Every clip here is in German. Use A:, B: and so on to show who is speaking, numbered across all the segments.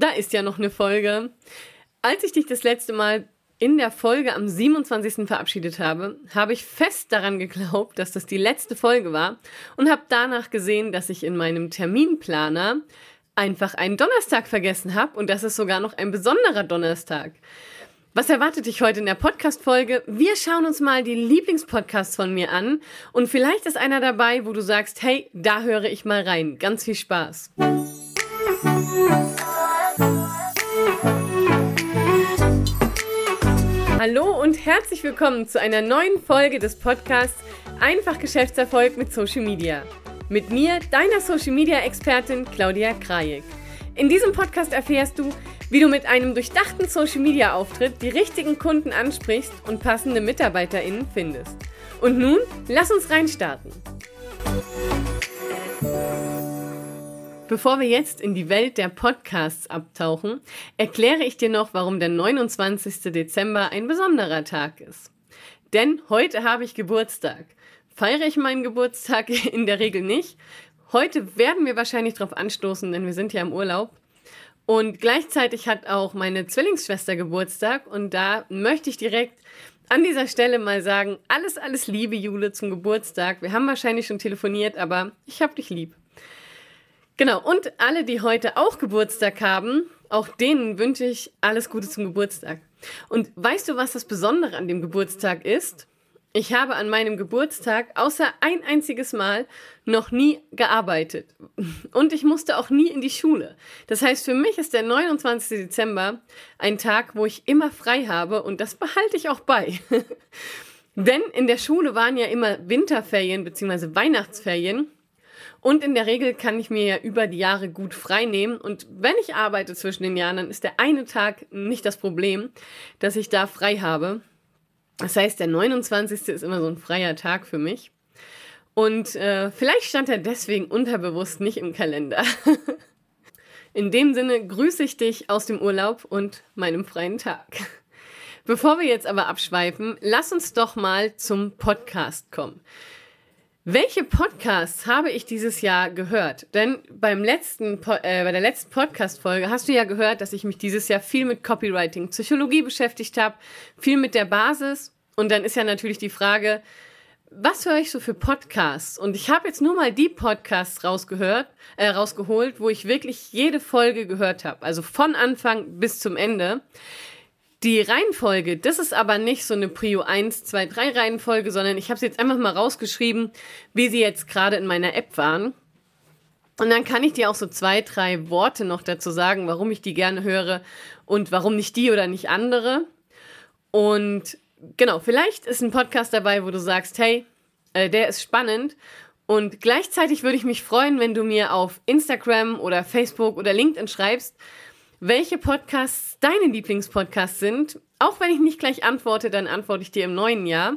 A: da ist ja noch eine Folge. Als ich dich das letzte Mal in der Folge am 27. verabschiedet habe, habe ich fest daran geglaubt, dass das die letzte Folge war und habe danach gesehen, dass ich in meinem Terminplaner einfach einen Donnerstag vergessen habe und das ist sogar noch ein besonderer Donnerstag. Was erwartet dich heute in der Podcast-Folge? Wir schauen uns mal die Lieblingspodcasts von mir an und vielleicht ist einer dabei, wo du sagst, hey, da höre ich mal rein. Ganz viel Spaß. Hallo und herzlich willkommen zu einer neuen Folge des Podcasts Einfach Geschäftserfolg mit Social Media. Mit mir, deiner Social Media Expertin Claudia Krajek. In diesem Podcast erfährst du, wie du mit einem durchdachten Social Media Auftritt die richtigen Kunden ansprichst und passende MitarbeiterInnen findest. Und nun, lass uns reinstarten. Bevor wir jetzt in die Welt der Podcasts abtauchen, erkläre ich dir noch, warum der 29. Dezember ein besonderer Tag ist. Denn heute habe ich Geburtstag. Feiere ich meinen Geburtstag in der Regel nicht. Heute werden wir wahrscheinlich darauf anstoßen, denn wir sind ja im Urlaub. Und gleichzeitig hat auch meine Zwillingsschwester Geburtstag und da möchte ich direkt an dieser Stelle mal sagen, alles Liebe, Jule, zum Geburtstag. Wir haben wahrscheinlich schon telefoniert, aber ich hab dich lieb. Genau, und alle, die heute auch Geburtstag haben, auch denen wünsche ich alles Gute zum Geburtstag. Und weißt du, was das Besondere an dem Geburtstag ist? Ich habe an meinem Geburtstag außer ein einziges Mal noch nie gearbeitet. Und ich musste auch nie in die Schule. Das heißt, für mich ist der 29. Dezember ein Tag, wo ich immer frei habe und das behalte ich auch bei. Denn in der Schule waren ja immer Winterferien bzw. Weihnachtsferien. Und in der Regel kann ich mir ja über die Jahre gut frei nehmen. Und wenn ich arbeite zwischen den Jahren, dann ist der eine Tag nicht das Problem, dass ich da frei habe. Das heißt, der 29. ist immer so ein freier Tag für mich. Und vielleicht stand er deswegen unterbewusst nicht im Kalender. In dem Sinne grüße ich dich aus dem Urlaub und meinem freien Tag. Bevor wir jetzt aber abschweifen, lass uns doch mal zum Podcast kommen. Welche Podcasts habe ich dieses Jahr gehört? Denn bei der letzten Podcast-Folge hast du ja gehört, dass ich mich dieses Jahr viel mit Copywriting, Psychologie beschäftigt habe, viel mit der Basis. Und dann ist ja natürlich die Frage, was höre ich so für Podcasts? Und ich habe jetzt nur mal die Podcasts rausgeholt, wo ich wirklich jede Folge gehört habe. Also von Anfang bis zum Ende. Die Reihenfolge, das ist aber nicht so eine Prio 1, 2, 3 Reihenfolge, sondern ich habe sie jetzt einfach mal rausgeschrieben, wie sie jetzt gerade in meiner App waren. Und dann kann ich dir auch so 2, 3 Worte noch dazu sagen, warum ich die gerne höre und warum nicht die oder nicht andere. Und genau, vielleicht ist ein Podcast dabei, wo du sagst, hey, der ist spannend. Und gleichzeitig würde ich mich freuen, wenn du mir auf Instagram oder Facebook oder LinkedIn schreibst, welche Podcasts deine Lieblingspodcasts sind. Auch wenn ich nicht gleich antworte, dann antworte ich dir im neuen Jahr.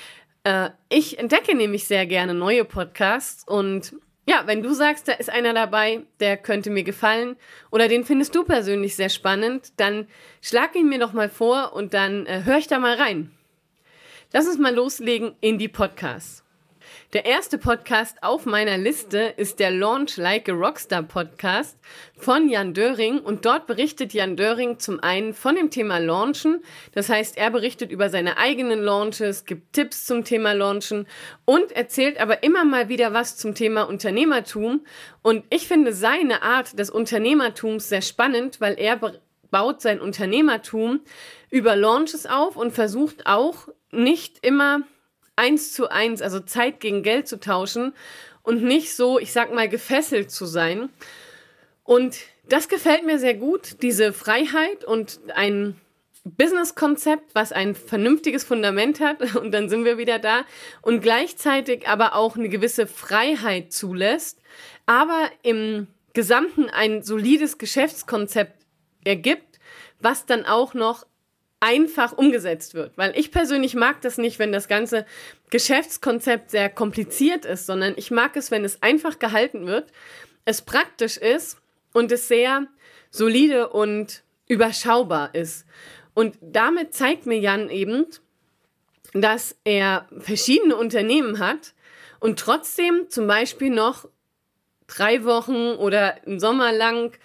A: Ich entdecke nämlich sehr gerne neue Podcasts und ja, wenn du sagst, da ist einer dabei, der könnte mir gefallen oder den findest du persönlich sehr spannend, dann schlag ihn mir doch mal vor und dann höre ich da mal rein. Lass uns mal loslegen in die Podcasts. Der erste Podcast auf meiner Liste ist der Launch Like a Rockstar Podcast von Jan Döring und dort berichtet Jan Döring zum einen von dem Thema Launchen, das heißt, er berichtet über seine eigenen Launches, gibt Tipps zum Thema Launchen und erzählt aber immer mal wieder was zum Thema Unternehmertum und ich finde seine Art des Unternehmertums sehr spannend, weil er baut sein Unternehmertum über Launches auf und versucht auch nicht immer 1:1, also Zeit gegen Geld zu tauschen und nicht so, ich sag mal, gefesselt zu sein. Und das gefällt mir sehr gut, diese Freiheit und ein Business-Konzept, was ein vernünftiges Fundament hat und dann sind wir wieder da und gleichzeitig aber auch eine gewisse Freiheit zulässt, aber im Gesamten ein solides Geschäftskonzept ergibt, was dann auch noch einfach umgesetzt wird, weil ich persönlich mag das nicht, wenn das ganze Geschäftskonzept sehr kompliziert ist, sondern ich mag es, wenn es einfach gehalten wird, es praktisch ist und es sehr solide und überschaubar ist. Und damit zeigt mir Jan eben, dass er verschiedene Unternehmen hat und trotzdem zum Beispiel noch 3 Wochen oder im Sommer lang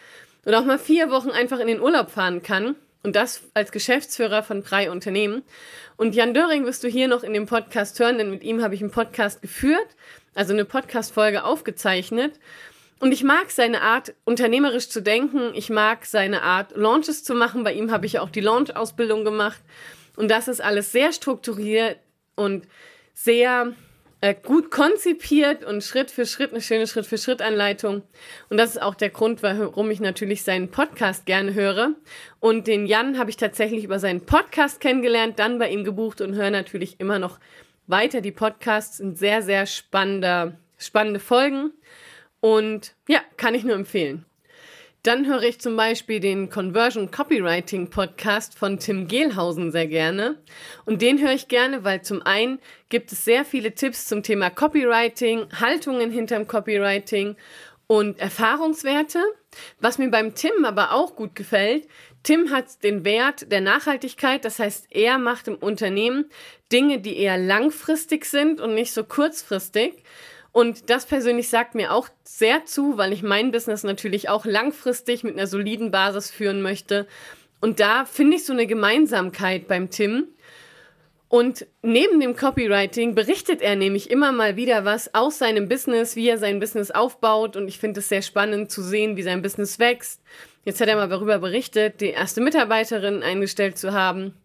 A: oder auch mal 4 Wochen einfach in den Urlaub fahren kann. Und das als Geschäftsführer von 3 Unternehmen. Und Jan Döring wirst du hier noch in dem Podcast hören, denn mit ihm habe ich einen Podcast geführt, also eine Podcast-Folge aufgezeichnet. Und ich mag seine Art, unternehmerisch zu denken. Ich mag seine Art, Launches zu machen. Bei ihm habe ich ja auch die Launch-Ausbildung gemacht. Und das ist alles sehr strukturiert und sehr gut konzipiert und Schritt für Schritt, eine schöne Schritt-für-Schritt-Anleitung. Und das ist auch der Grund, warum ich natürlich seinen Podcast gerne höre. Und den Jan habe ich tatsächlich über seinen Podcast kennengelernt, dann bei ihm gebucht und höre natürlich immer noch weiter. Die Podcasts sind sehr, sehr spannende Folgen und ja, kann ich nur empfehlen. Dann höre ich zum Beispiel den Conversion Copywriting Podcast von Tim Gehlhausen sehr gerne. Und den höre ich gerne, weil zum einen gibt es sehr viele Tipps zum Thema Copywriting, Haltungen hinterm Copywriting und Erfahrungswerte. Was mir beim Tim aber auch gut gefällt, Tim hat den Wert der Nachhaltigkeit. Das heißt, er macht im Unternehmen Dinge, die eher langfristig sind und nicht so kurzfristig. Und das persönlich sagt mir auch sehr zu, weil ich mein Business natürlich auch langfristig mit einer soliden Basis führen möchte. Und da finde ich so eine Gemeinsamkeit beim Tim. Und neben dem Copywriting berichtet er nämlich immer mal wieder was aus seinem Business, wie er sein Business aufbaut. Und ich finde es sehr spannend zu sehen, wie sein Business wächst. Jetzt hat er mal darüber berichtet, die erste Mitarbeiterin eingestellt zu haben.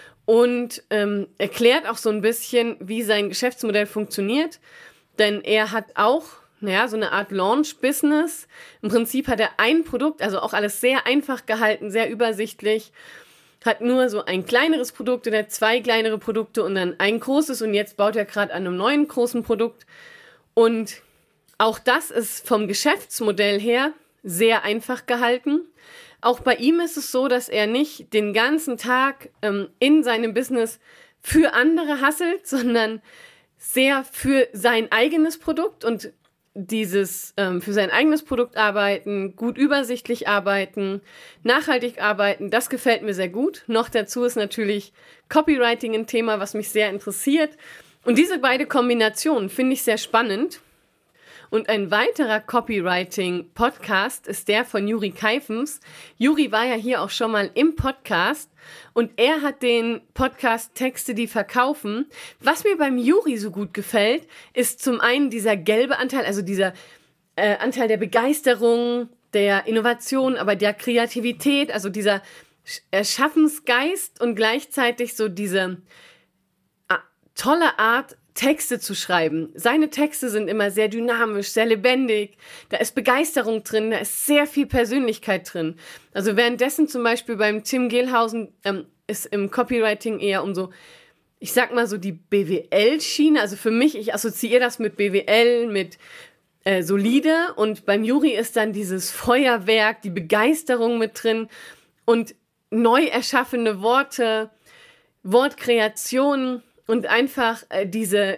A: Und erklärt auch so ein bisschen, wie sein Geschäftsmodell funktioniert. Denn er hat auch, so eine Art Launch-Business. Im Prinzip hat er ein Produkt, also auch alles sehr einfach gehalten, sehr übersichtlich. Hat nur so ein kleineres Produkt oder 2 kleinere Produkte und dann ein großes. Und jetzt baut er gerade an einem neuen großen Produkt. Und auch das ist vom Geschäftsmodell her sehr einfach gehalten. Auch bei ihm ist es so, dass er nicht den ganzen Tag in seinem Business für andere hustelt, sondern sehr für sein eigenes Produkt und dieses für sein eigenes Produkt arbeiten, gut übersichtlich arbeiten, nachhaltig arbeiten, das gefällt mir sehr gut. Noch dazu ist natürlich Copywriting ein Thema, was mich sehr interessiert. Und diese beiden Kombinationen finde ich sehr spannend. Und ein weiterer Copywriting-Podcast ist der von Juri Keifens. Juri war ja hier auch schon mal im Podcast und er hat den Podcast Texte, die verkaufen. Was mir beim Juri so gut gefällt, ist zum einen dieser gelbe Anteil, also dieser Anteil der Begeisterung, der Innovation, aber der Kreativität, also dieser Schaffensgeist und gleichzeitig so diese tolle Art, Texte zu schreiben. Seine Texte sind immer sehr dynamisch, sehr lebendig. Da ist Begeisterung drin, da ist sehr viel Persönlichkeit drin. Also währenddessen zum Beispiel beim Tim Gehlhausen ist im Copywriting eher um so, ich sag mal so die BWL-Schiene. Also für mich, ich assoziiere das mit BWL, mit solide. Und beim Juri ist dann dieses Feuerwerk, die Begeisterung mit drin und neu erschaffene Worte, Wortkreation. Und einfach diese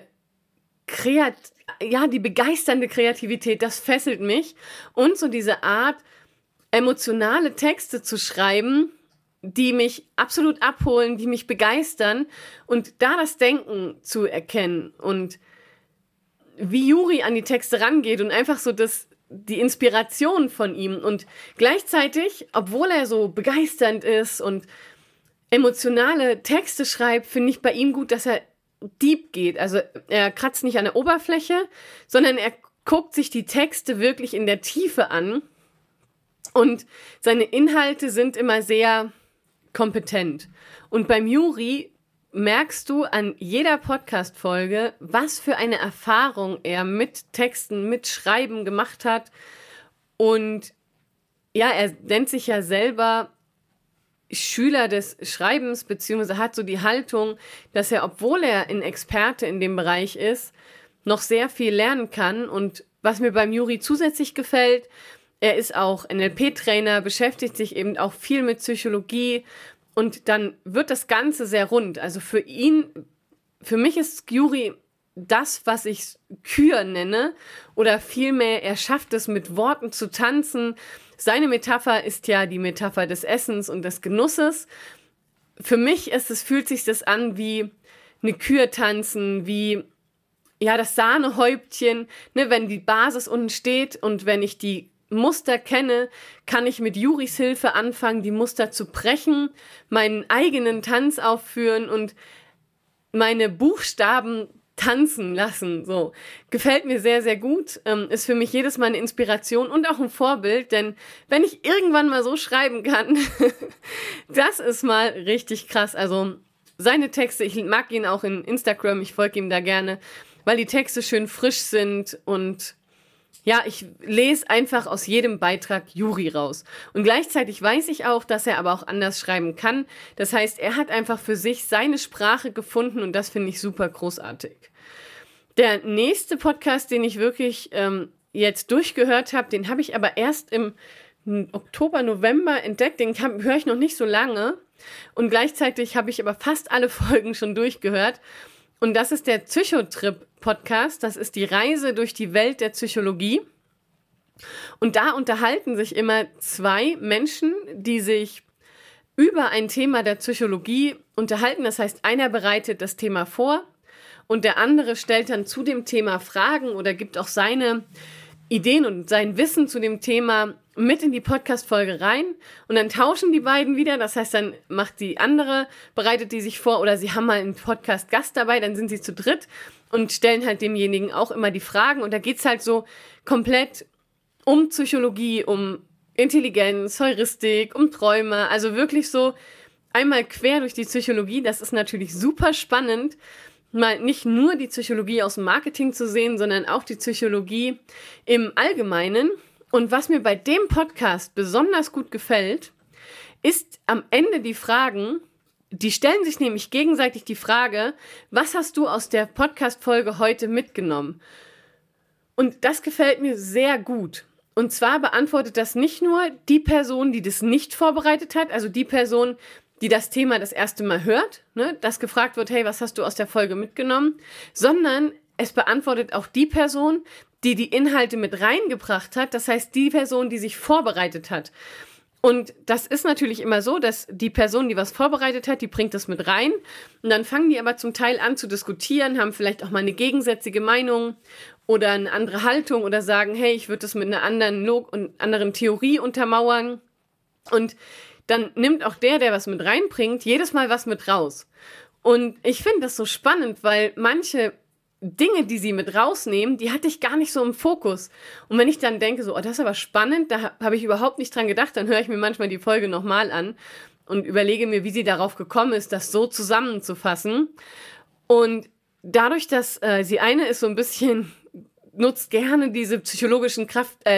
A: die begeisternde Kreativität, das fesselt mich. Und so diese Art, emotionale Texte zu schreiben, die mich absolut abholen, die mich begeistern. Und da das Denken zu erkennen und wie Juri an die Texte rangeht und einfach so die Inspiration von ihm. Und gleichzeitig, obwohl er so begeisternd ist und emotionale Texte schreibt, finde ich bei ihm gut, dass er deep geht. Also er kratzt nicht an der Oberfläche, sondern er guckt sich die Texte wirklich in der Tiefe an und seine Inhalte sind immer sehr kompetent. Und beim Juri merkst du an jeder Podcast-Folge, was für eine Erfahrung er mit Texten, mit Schreiben gemacht hat. Und ja, er nennt sich ja selber Schüler des Schreibens, beziehungsweise hat so die Haltung, dass er, obwohl er ein Experte in dem Bereich ist, noch sehr viel lernen kann. Und was mir beim Juri zusätzlich gefällt, er ist auch NLP-Trainer, beschäftigt sich eben auch viel mit Psychologie und dann wird das Ganze sehr rund. Also für mich ist Juri das, was ich Kür nenne, oder vielmehr, er schafft es, mit Worten zu tanzen. Seine Metapher ist ja die Metapher des Essens und des Genusses. Für mich fühlt sich das an wie eine Kür tanzen, wie das Sahnehäubchen, wenn die Basis unten steht und wenn ich die Muster kenne, kann ich mit Juris Hilfe anfangen, die Muster zu brechen, meinen eigenen Tanz aufführen und meine Buchstaben tanzen lassen. So, gefällt mir sehr, sehr gut. Ist für mich jedes Mal eine Inspiration und auch ein Vorbild, denn wenn ich irgendwann mal so schreiben kann, das ist mal richtig krass. Also seine Texte, ich mag ihn auch in Instagram, ich folge ihm da gerne, weil die Texte schön frisch sind und ja, ich lese einfach aus jedem Beitrag Juri raus. Und gleichzeitig weiß ich auch, dass er aber auch anders schreiben kann. Das heißt, er hat einfach für sich seine Sprache gefunden und das finde ich super großartig. Der nächste Podcast, den ich wirklich jetzt durchgehört habe, den habe ich aber erst im Oktober, November entdeckt. Den höre ich noch nicht so lange. Und gleichzeitig habe ich aber fast alle Folgen schon durchgehört. Und das ist der Psychotrip-Podcast. Das ist die Reise durch die Welt der Psychologie. Und da unterhalten sich immer zwei Menschen, die sich über ein Thema der Psychologie unterhalten. Das heißt, einer bereitet das Thema vor und der andere stellt dann zu dem Thema Fragen oder gibt auch seine Ideen und sein Wissen zu dem Thema mit in die Podcast-Folge rein und dann tauschen die beiden wieder, das heißt, dann macht die andere, bereitet die sich vor oder sie haben mal einen Podcast-Gast dabei, dann sind sie zu dritt und stellen halt demjenigen auch immer die Fragen und da geht's halt so komplett um Psychologie, um Intelligenz, Heuristik, um Träume, also wirklich so einmal quer durch die Psychologie, das ist natürlich super spannend, mal nicht nur die Psychologie aus dem Marketing zu sehen, sondern auch die Psychologie im Allgemeinen. Und was mir bei dem Podcast besonders gut gefällt, ist am Ende die Fragen, die stellen sich nämlich gegenseitig die Frage, was hast du aus der Podcast-Folge heute mitgenommen? Und das gefällt mir sehr gut. Und zwar beantwortet das nicht nur die Person, die das nicht vorbereitet hat, also die Person, die das Thema das erste Mal hört, ne, dass gefragt wird, hey, was hast du aus der Folge mitgenommen, sondern es beantwortet auch die Person, die die Inhalte mit reingebracht hat, das heißt die Person, die sich vorbereitet hat. Und das ist natürlich immer so, dass die Person, die was vorbereitet hat, die bringt das mit rein und dann fangen die aber zum Teil an zu diskutieren, haben vielleicht auch mal eine gegensätzliche Meinung oder eine andere Haltung oder sagen, hey, ich würde das mit einer anderen Theorie untermauern und dann nimmt auch der was mit reinbringt, jedes Mal was mit raus. Und ich finde das so spannend, weil manche Dinge, die sie mit rausnehmen, die hatte ich gar nicht so im Fokus. Und wenn ich dann denke, so, oh, das ist aber spannend, da habe ich überhaupt nicht dran gedacht, dann höre ich mir manchmal die Folge nochmal an und überlege mir, wie sie darauf gekommen ist, das so zusammenzufassen. Und dadurch, dass sie eine ist so ein bisschen nutzt gerne diese die psychologischen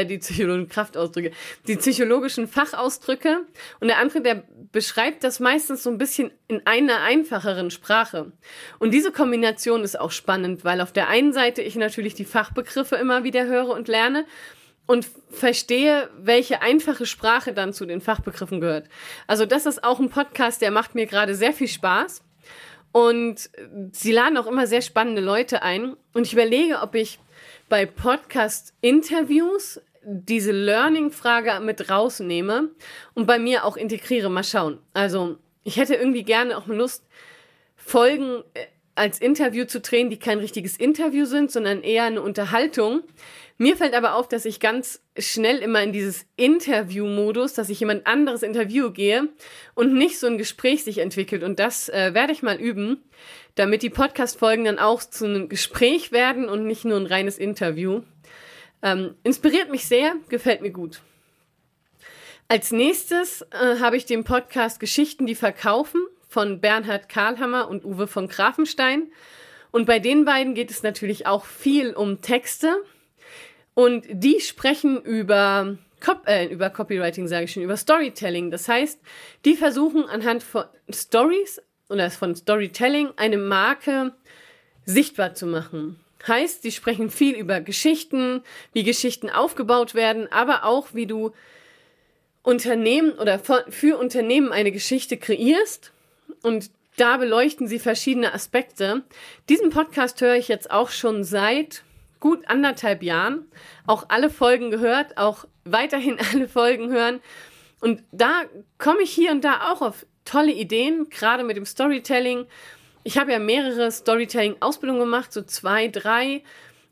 A: Fachausdrücke und der andere, der beschreibt das meistens so ein bisschen in einer einfacheren Sprache. Und diese Kombination ist auch spannend, weil auf der einen Seite ich natürlich die Fachbegriffe immer wieder höre und lerne und verstehe, welche einfache Sprache dann zu den Fachbegriffen gehört. Also das ist auch ein Podcast, der macht mir gerade sehr viel Spaß und sie laden auch immer sehr spannende Leute ein und ich überlege, ob ich bei Podcast-Interviews diese Learning-Frage mit rausnehme und bei mir auch integriere. Mal schauen. Also ich hätte irgendwie gerne auch Lust, Folgen als Interview zu drehen, die kein richtiges Interview sind, sondern eher eine Unterhaltung. Mir fällt aber auf, dass ich ganz schnell immer in dieses Interview-Modus, dass ich jemand anderes Interview gehe und nicht so ein Gespräch sich entwickelt. Und das werde ich mal üben, damit die Podcast-Folgen dann auch zu einem Gespräch werden und nicht nur ein reines Interview. Inspiriert mich sehr, gefällt mir gut. Als nächstes habe ich den Podcast Geschichten, die verkaufen von Bernhard Karlhammer und Uwe von Grafenstein. Und bei den beiden geht es natürlich auch viel um Texte. Und die sprechen über Copywriting, sage ich schon, über Storytelling. Das heißt, die versuchen anhand von Stories oder von Storytelling eine Marke sichtbar zu machen. Heißt, sie sprechen viel über Geschichten, wie Geschichten aufgebaut werden, aber auch, wie du Unternehmen oder für Unternehmen eine Geschichte kreierst. Und da beleuchten sie verschiedene Aspekte. Diesen Podcast höre ich jetzt auch schon seit gut 1,5 Jahren. Auch alle Folgen gehört, auch weiterhin alle Folgen hören. Und da komme ich hier und da auch auf tolle Ideen, gerade mit dem Storytelling. Ich habe ja mehrere Storytelling-Ausbildungen gemacht, so 2, 3.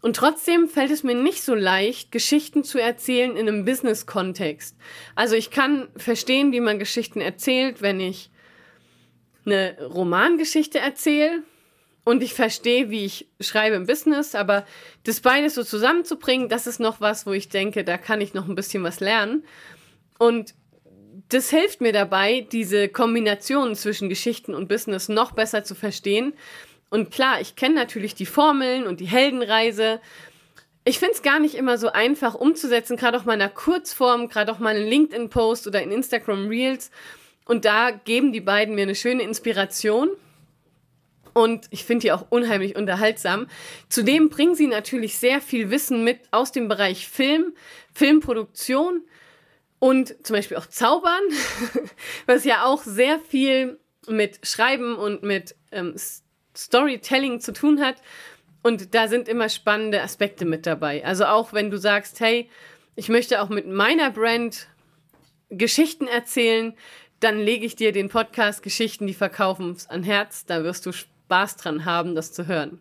A: Und trotzdem fällt es mir nicht so leicht, Geschichten zu erzählen in einem Business-Kontext. Also ich kann verstehen, wie man Geschichten erzählt, wenn ich eine Romangeschichte erzähle. Und ich verstehe, wie ich schreibe im Business, aber das beides so zusammenzubringen, das ist noch was, wo ich denke, da kann ich noch ein bisschen was lernen. Und das hilft mir dabei, diese Kombination zwischen Geschichten und Business noch besser zu verstehen. Und klar, ich kenne natürlich die Formeln und die Heldenreise. Ich finde es gar nicht immer so einfach umzusetzen, gerade auch mal in einer Kurzform, gerade auch mal in LinkedIn-Post oder in Instagram Reels. Und da geben die beiden mir eine schöne Inspiration. Und ich finde die auch unheimlich unterhaltsam. Zudem bringen sie natürlich sehr viel Wissen mit aus dem Bereich Film, Filmproduktion und zum Beispiel auch Zaubern, was ja auch sehr viel mit Schreiben und mit Storytelling zu tun hat. Und da sind immer spannende Aspekte mit dabei. Also auch wenn du sagst, hey, ich möchte auch mit meiner Brand Geschichten erzählen, dann lege ich dir den Podcast Geschichten, die verkaufen, ans Herz. Da wirst du Spaß dran haben, das zu hören.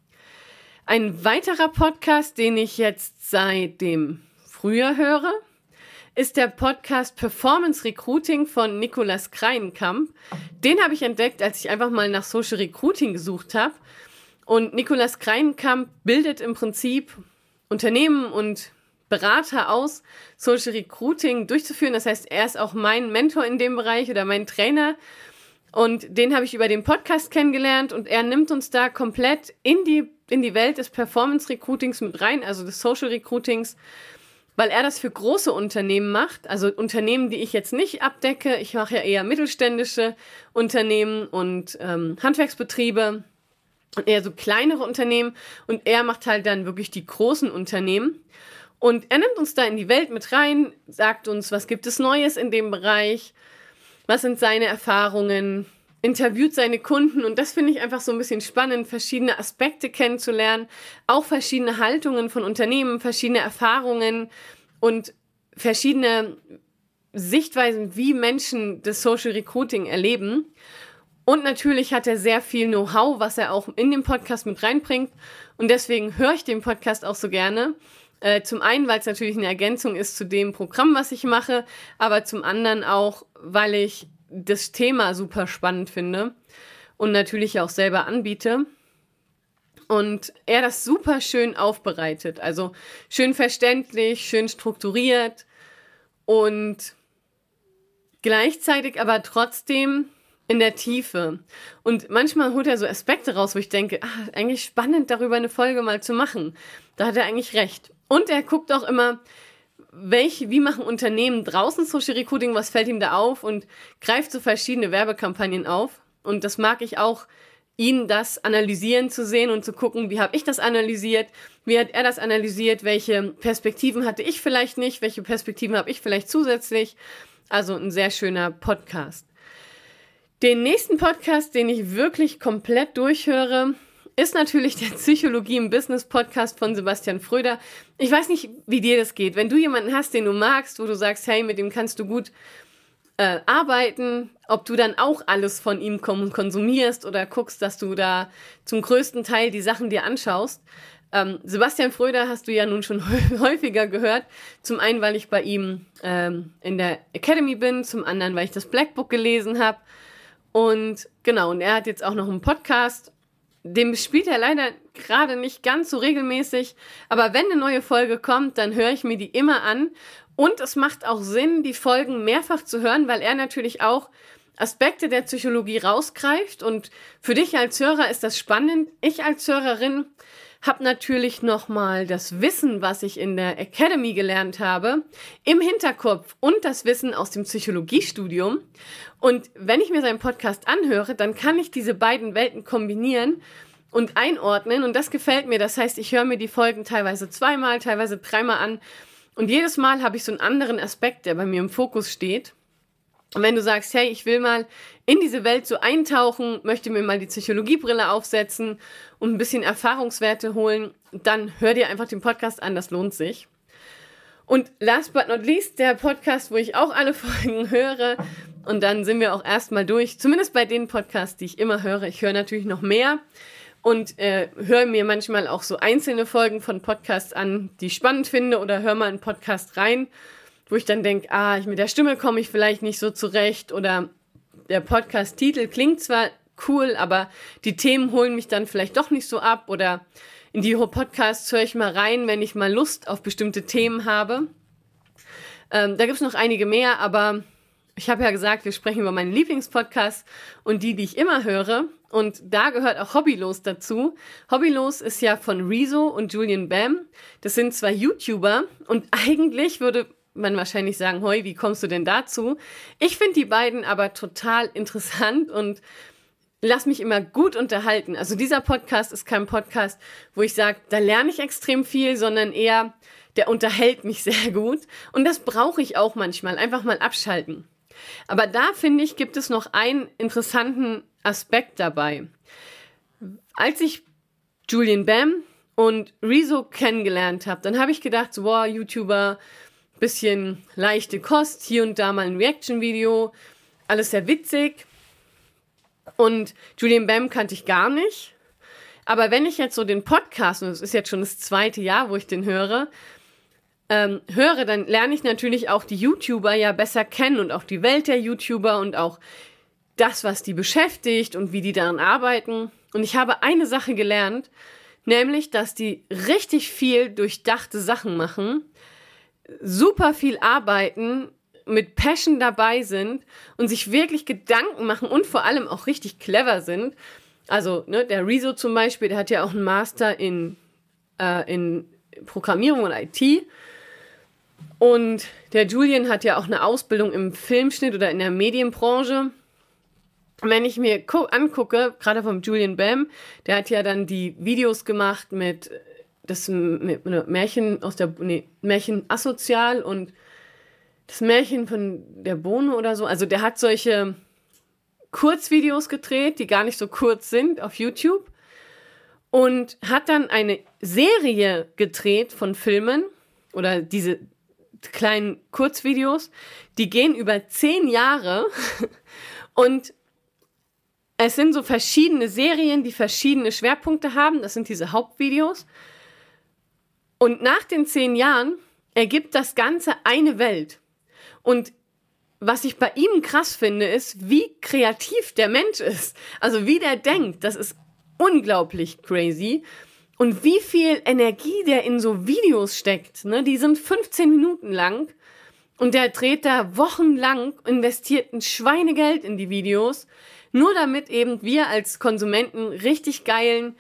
A: Ein weiterer Podcast, den ich jetzt seit dem Frühjahr höre, ist der Podcast Performance Recruiting von Nicolas Kreinkamp. Den habe ich entdeckt, als ich einfach mal nach Social Recruiting gesucht habe. Und Nicolas Kreinkamp bildet im Prinzip Unternehmen und Berater aus, Social Recruiting durchzuführen. Das heißt, er ist auch mein Mentor in dem Bereich oder mein Trainer. Und den habe ich über den Podcast kennengelernt und er nimmt uns da komplett in die Welt des Performance Recruitings mit rein, also des Social Recruitings, weil er das für große Unternehmen macht, also Unternehmen, die ich jetzt nicht abdecke. Ich mache ja eher mittelständische Unternehmen und Handwerksbetriebe und eher so kleinere Unternehmen und er macht halt dann wirklich die großen Unternehmen. Und er nimmt uns da in die Welt mit rein, sagt uns, was gibt es Neues in dem Bereich, was sind seine Erfahrungen, interviewt seine Kunden und das finde ich einfach so ein bisschen spannend, verschiedene Aspekte kennenzulernen, auch verschiedene Haltungen von Unternehmen, verschiedene Erfahrungen und verschiedene Sichtweisen, wie Menschen das Social Recruiting erleben. Und natürlich hat er sehr viel Know-how, was er auch in den Podcast mit reinbringt und deswegen höre ich den Podcast auch so gerne. Zum einen, weil es natürlich eine Ergänzung ist zu dem Programm, was ich mache, aber zum anderen auch, weil ich das Thema super spannend finde und natürlich auch selber anbiete. Und er das super schön aufbereitet, also schön verständlich, schön strukturiert und gleichzeitig aber trotzdem in der Tiefe. Und manchmal holt er so Aspekte raus, wo ich denke, eigentlich spannend, darüber eine Folge mal zu machen. Da hat er eigentlich recht. Und er guckt auch immer, wie machen Unternehmen draußen Social Recruiting, was fällt ihm da auf und greift so verschiedene Werbekampagnen auf. Und das mag ich auch, ihn das analysieren zu sehen und zu gucken, wie habe ich das analysiert, wie hat er das analysiert, welche Perspektiven hatte ich vielleicht nicht, welche Perspektiven habe ich vielleicht zusätzlich. Also ein sehr schöner Podcast. Den nächsten Podcast, den ich wirklich komplett durchhöre, ist natürlich der Psychologie im Business Podcast von Sebastian Fröder. Ich weiß nicht, wie dir das geht. Wenn du jemanden hast, den du magst, wo du sagst, hey, mit dem kannst du gut arbeiten, ob du dann auch alles von ihm konsumierst oder guckst, dass du da zum größten Teil die Sachen dir anschaust. Sebastian Fröder hast du ja nun schon häufiger gehört. Zum einen, weil ich bei ihm in der Academy bin, zum anderen, weil ich das Black Book gelesen habe. Und genau, und er hat jetzt auch noch einen Podcast. Dem spielt er leider gerade nicht ganz so regelmäßig, aber wenn eine neue Folge kommt, dann höre ich mir die immer an und es macht auch Sinn, die Folgen mehrfach zu hören, weil er natürlich auch Aspekte der Psychologie rausgreift und für dich als Hörer ist das spannend. Ich als Hörerin habe natürlich nochmal das Wissen, was ich in der Academy gelernt habe, im Hinterkopf und das Wissen aus dem Psychologiestudium. Und wenn ich mir seinen Podcast anhöre, dann kann ich diese beiden Welten kombinieren und einordnen und das gefällt mir. Das heißt, ich höre mir die Folgen teilweise 2-mal, teilweise 3-mal an und jedes Mal habe ich so einen anderen Aspekt, der bei mir im Fokus steht. Und wenn du sagst, hey, ich will mal in diese Welt so eintauchen, möchte mir mal die Psychologiebrille aufsetzen und ein bisschen Erfahrungswerte holen, dann hör dir einfach den Podcast an, das lohnt sich. Und last but not least, der Podcast, wo ich auch alle Folgen höre und dann sind wir auch erstmal durch, zumindest bei den Podcasts, die ich immer höre. Ich höre natürlich noch mehr und höre mir manchmal auch so einzelne Folgen von Podcasts an, die ich spannend finde, oder höre mal einen Podcast rein, wo ich dann denke, mit der Stimme komme ich vielleicht nicht so zurecht, oder der Podcast-Titel klingt zwar cool, aber die Themen holen mich dann vielleicht doch nicht so ab, oder in die Podcasts höre ich mal rein, wenn ich mal Lust auf bestimmte Themen habe. Da gibt es noch einige mehr, aber ich habe ja gesagt, wir sprechen über meine Lieblingspodcasts und die ich immer höre. Und da gehört auch Hobbylos dazu. Hobbylos ist ja von Rezo und Julian Bam. Das sind zwei YouTuber und eigentlich würde man wahrscheinlich sagen, hoi, wie kommst du denn dazu? Ich finde die beiden aber total interessant und lass mich immer gut unterhalten. Also dieser Podcast ist kein Podcast, wo ich sage, da lerne ich extrem viel, sondern eher, der unterhält mich sehr gut. Und das brauche ich auch manchmal, einfach mal abschalten. Aber da, finde ich, gibt es noch einen interessanten Aspekt dabei. Als ich Julian Bam und Rezo kennengelernt habe, dann habe ich gedacht, so, wow, YouTuber, bisschen leichte Kost, hier und da mal ein Reaction-Video, alles sehr witzig. Und Julian Bam kannte ich gar nicht. Aber wenn ich jetzt so den Podcast, und es ist jetzt schon das 2. Jahr, wo ich den höre, dann lerne ich natürlich auch die YouTuber ja besser kennen und auch die Welt der YouTuber und auch das, was die beschäftigt und wie die daran arbeiten. Und ich habe eine Sache gelernt, nämlich, dass die richtig viel durchdachte Sachen machen, super viel arbeiten, mit Passion dabei sind und sich wirklich Gedanken machen und vor allem auch richtig clever sind. Also der Rezo zum Beispiel, der hat ja auch einen Master in Programmierung und IT. Und der Julian hat ja auch eine Ausbildung im Filmschnitt oder in der Medienbranche. Wenn ich mir angucke, gerade vom Julian Bam, der hat ja dann die Videos gemacht mit Märchen Märchen asozial und das Märchen von der Bohne oder so. Also der hat solche Kurzvideos gedreht, die gar nicht so kurz sind auf YouTube. Und hat dann eine Serie gedreht von Filmen oder diese kleinen Kurzvideos, die gehen über 10 Jahre und es sind so verschiedene Serien, die verschiedene Schwerpunkte haben. Das sind diese Hauptvideos. Und nach den 10 Jahren ergibt das Ganze eine Welt. Und was ich bei ihm krass finde, ist, wie kreativ der Mensch ist. Also wie der denkt, das ist unglaublich crazy. Und wie viel Energie der in so Videos steckt. Ne? Die sind 15 Minuten lang und der dreht da wochenlang, investiert ein Schweinegeld in die Videos, nur damit eben wir als Konsumenten richtig geilen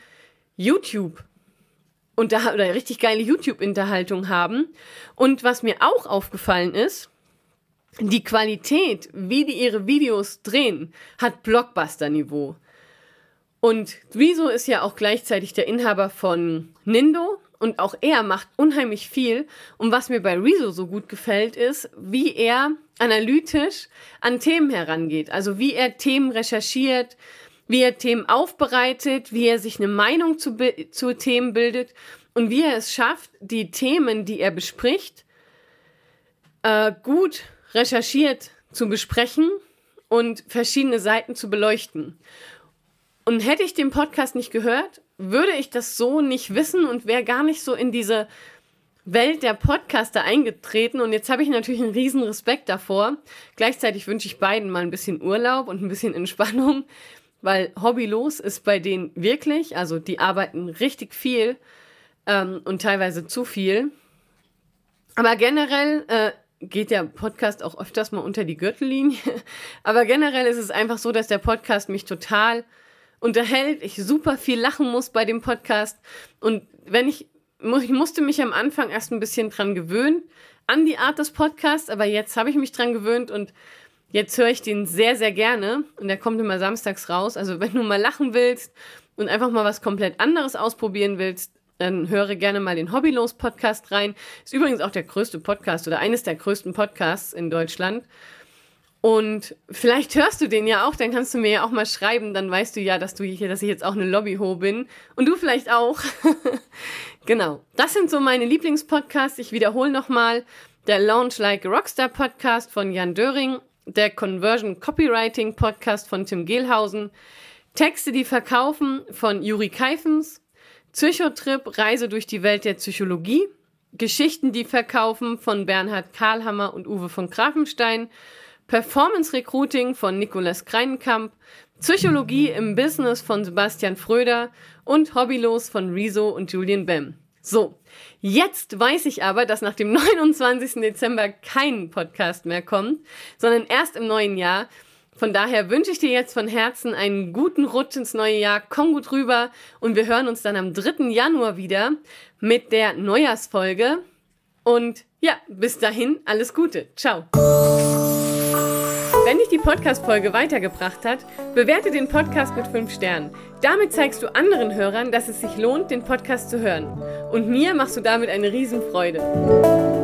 A: richtig geile YouTube-Unterhaltung haben. Und was mir auch aufgefallen ist, die Qualität, wie die ihre Videos drehen, hat Blockbuster-Niveau. Und Rezo ist ja auch gleichzeitig der Inhaber von Nindo und auch er macht unheimlich viel. Und was mir bei Rezo so gut gefällt, ist, wie er analytisch an Themen herangeht. Also wie er Themen recherchiert, wie er Themen aufbereitet, wie er sich eine Meinung zu Themen bildet und wie er es schafft, die Themen, die er bespricht, gut recherchiert zu besprechen und verschiedene Seiten zu beleuchten. Und hätte ich den Podcast nicht gehört, würde ich das so nicht wissen und wäre gar nicht so in diese Welt der Podcaster eingetreten. Und jetzt habe ich natürlich einen riesen Respekt davor. Gleichzeitig wünsche ich beiden mal ein bisschen Urlaub und ein bisschen Entspannung, weil hobbylos ist bei denen wirklich, also die arbeiten richtig viel und teilweise zu viel. Aber generell geht der Podcast auch öfters mal unter die Gürtellinie. Aber generell ist es einfach so, dass der Podcast mich total unterhält, ich super viel lachen muss bei dem Podcast und ich musste mich am Anfang erst ein bisschen dran gewöhnen, an die Art des Podcasts, aber jetzt habe ich mich dran gewöhnt und jetzt höre ich den sehr, sehr gerne und der kommt immer samstags raus, also wenn du mal lachen willst und einfach mal was komplett anderes ausprobieren willst, dann höre gerne mal den Hobbylos-Podcast rein. Ist übrigens auch der größte Podcast oder eines der größten Podcasts in Deutschland. Und vielleicht hörst du den ja auch, dann kannst du mir ja auch mal schreiben, dann weißt du ja, dass ich jetzt auch eine Lobbyho bin. Und du vielleicht auch. Genau. Das sind so meine Lieblingspodcasts. Ich wiederhole nochmal. Der Launch Like a Rockstar Podcast von Jan Döring. Der Conversion Copywriting Podcast von Tim Gehlhausen. Texte, die verkaufen von Juri Keifens, Psychotrip, Reise durch die Welt der Psychologie, Geschichten, die verkaufen von Bernhard Karlhammer und Uwe von Grafenstein, Performance Recruiting von Nicolas Kreinkamp, Psychologie im Business von Sebastian Fröder und Hobbylos von Rezo und Julian Bem. So, jetzt weiß ich aber, dass nach dem 29. Dezember kein Podcast mehr kommt, sondern erst im neuen Jahr. Von daher wünsche ich dir jetzt von Herzen einen guten Rutsch ins neue Jahr. Komm gut rüber und wir hören uns dann am 3. Januar wieder mit der Neujahrsfolge. Und ja, bis dahin alles Gute. Ciao. Wenn dich die Podcast-Folge weitergebracht hat, bewerte den Podcast mit 5 Sternen. Damit zeigst du anderen Hörern, dass es sich lohnt, den Podcast zu hören. Und mir machst du damit eine Riesenfreude.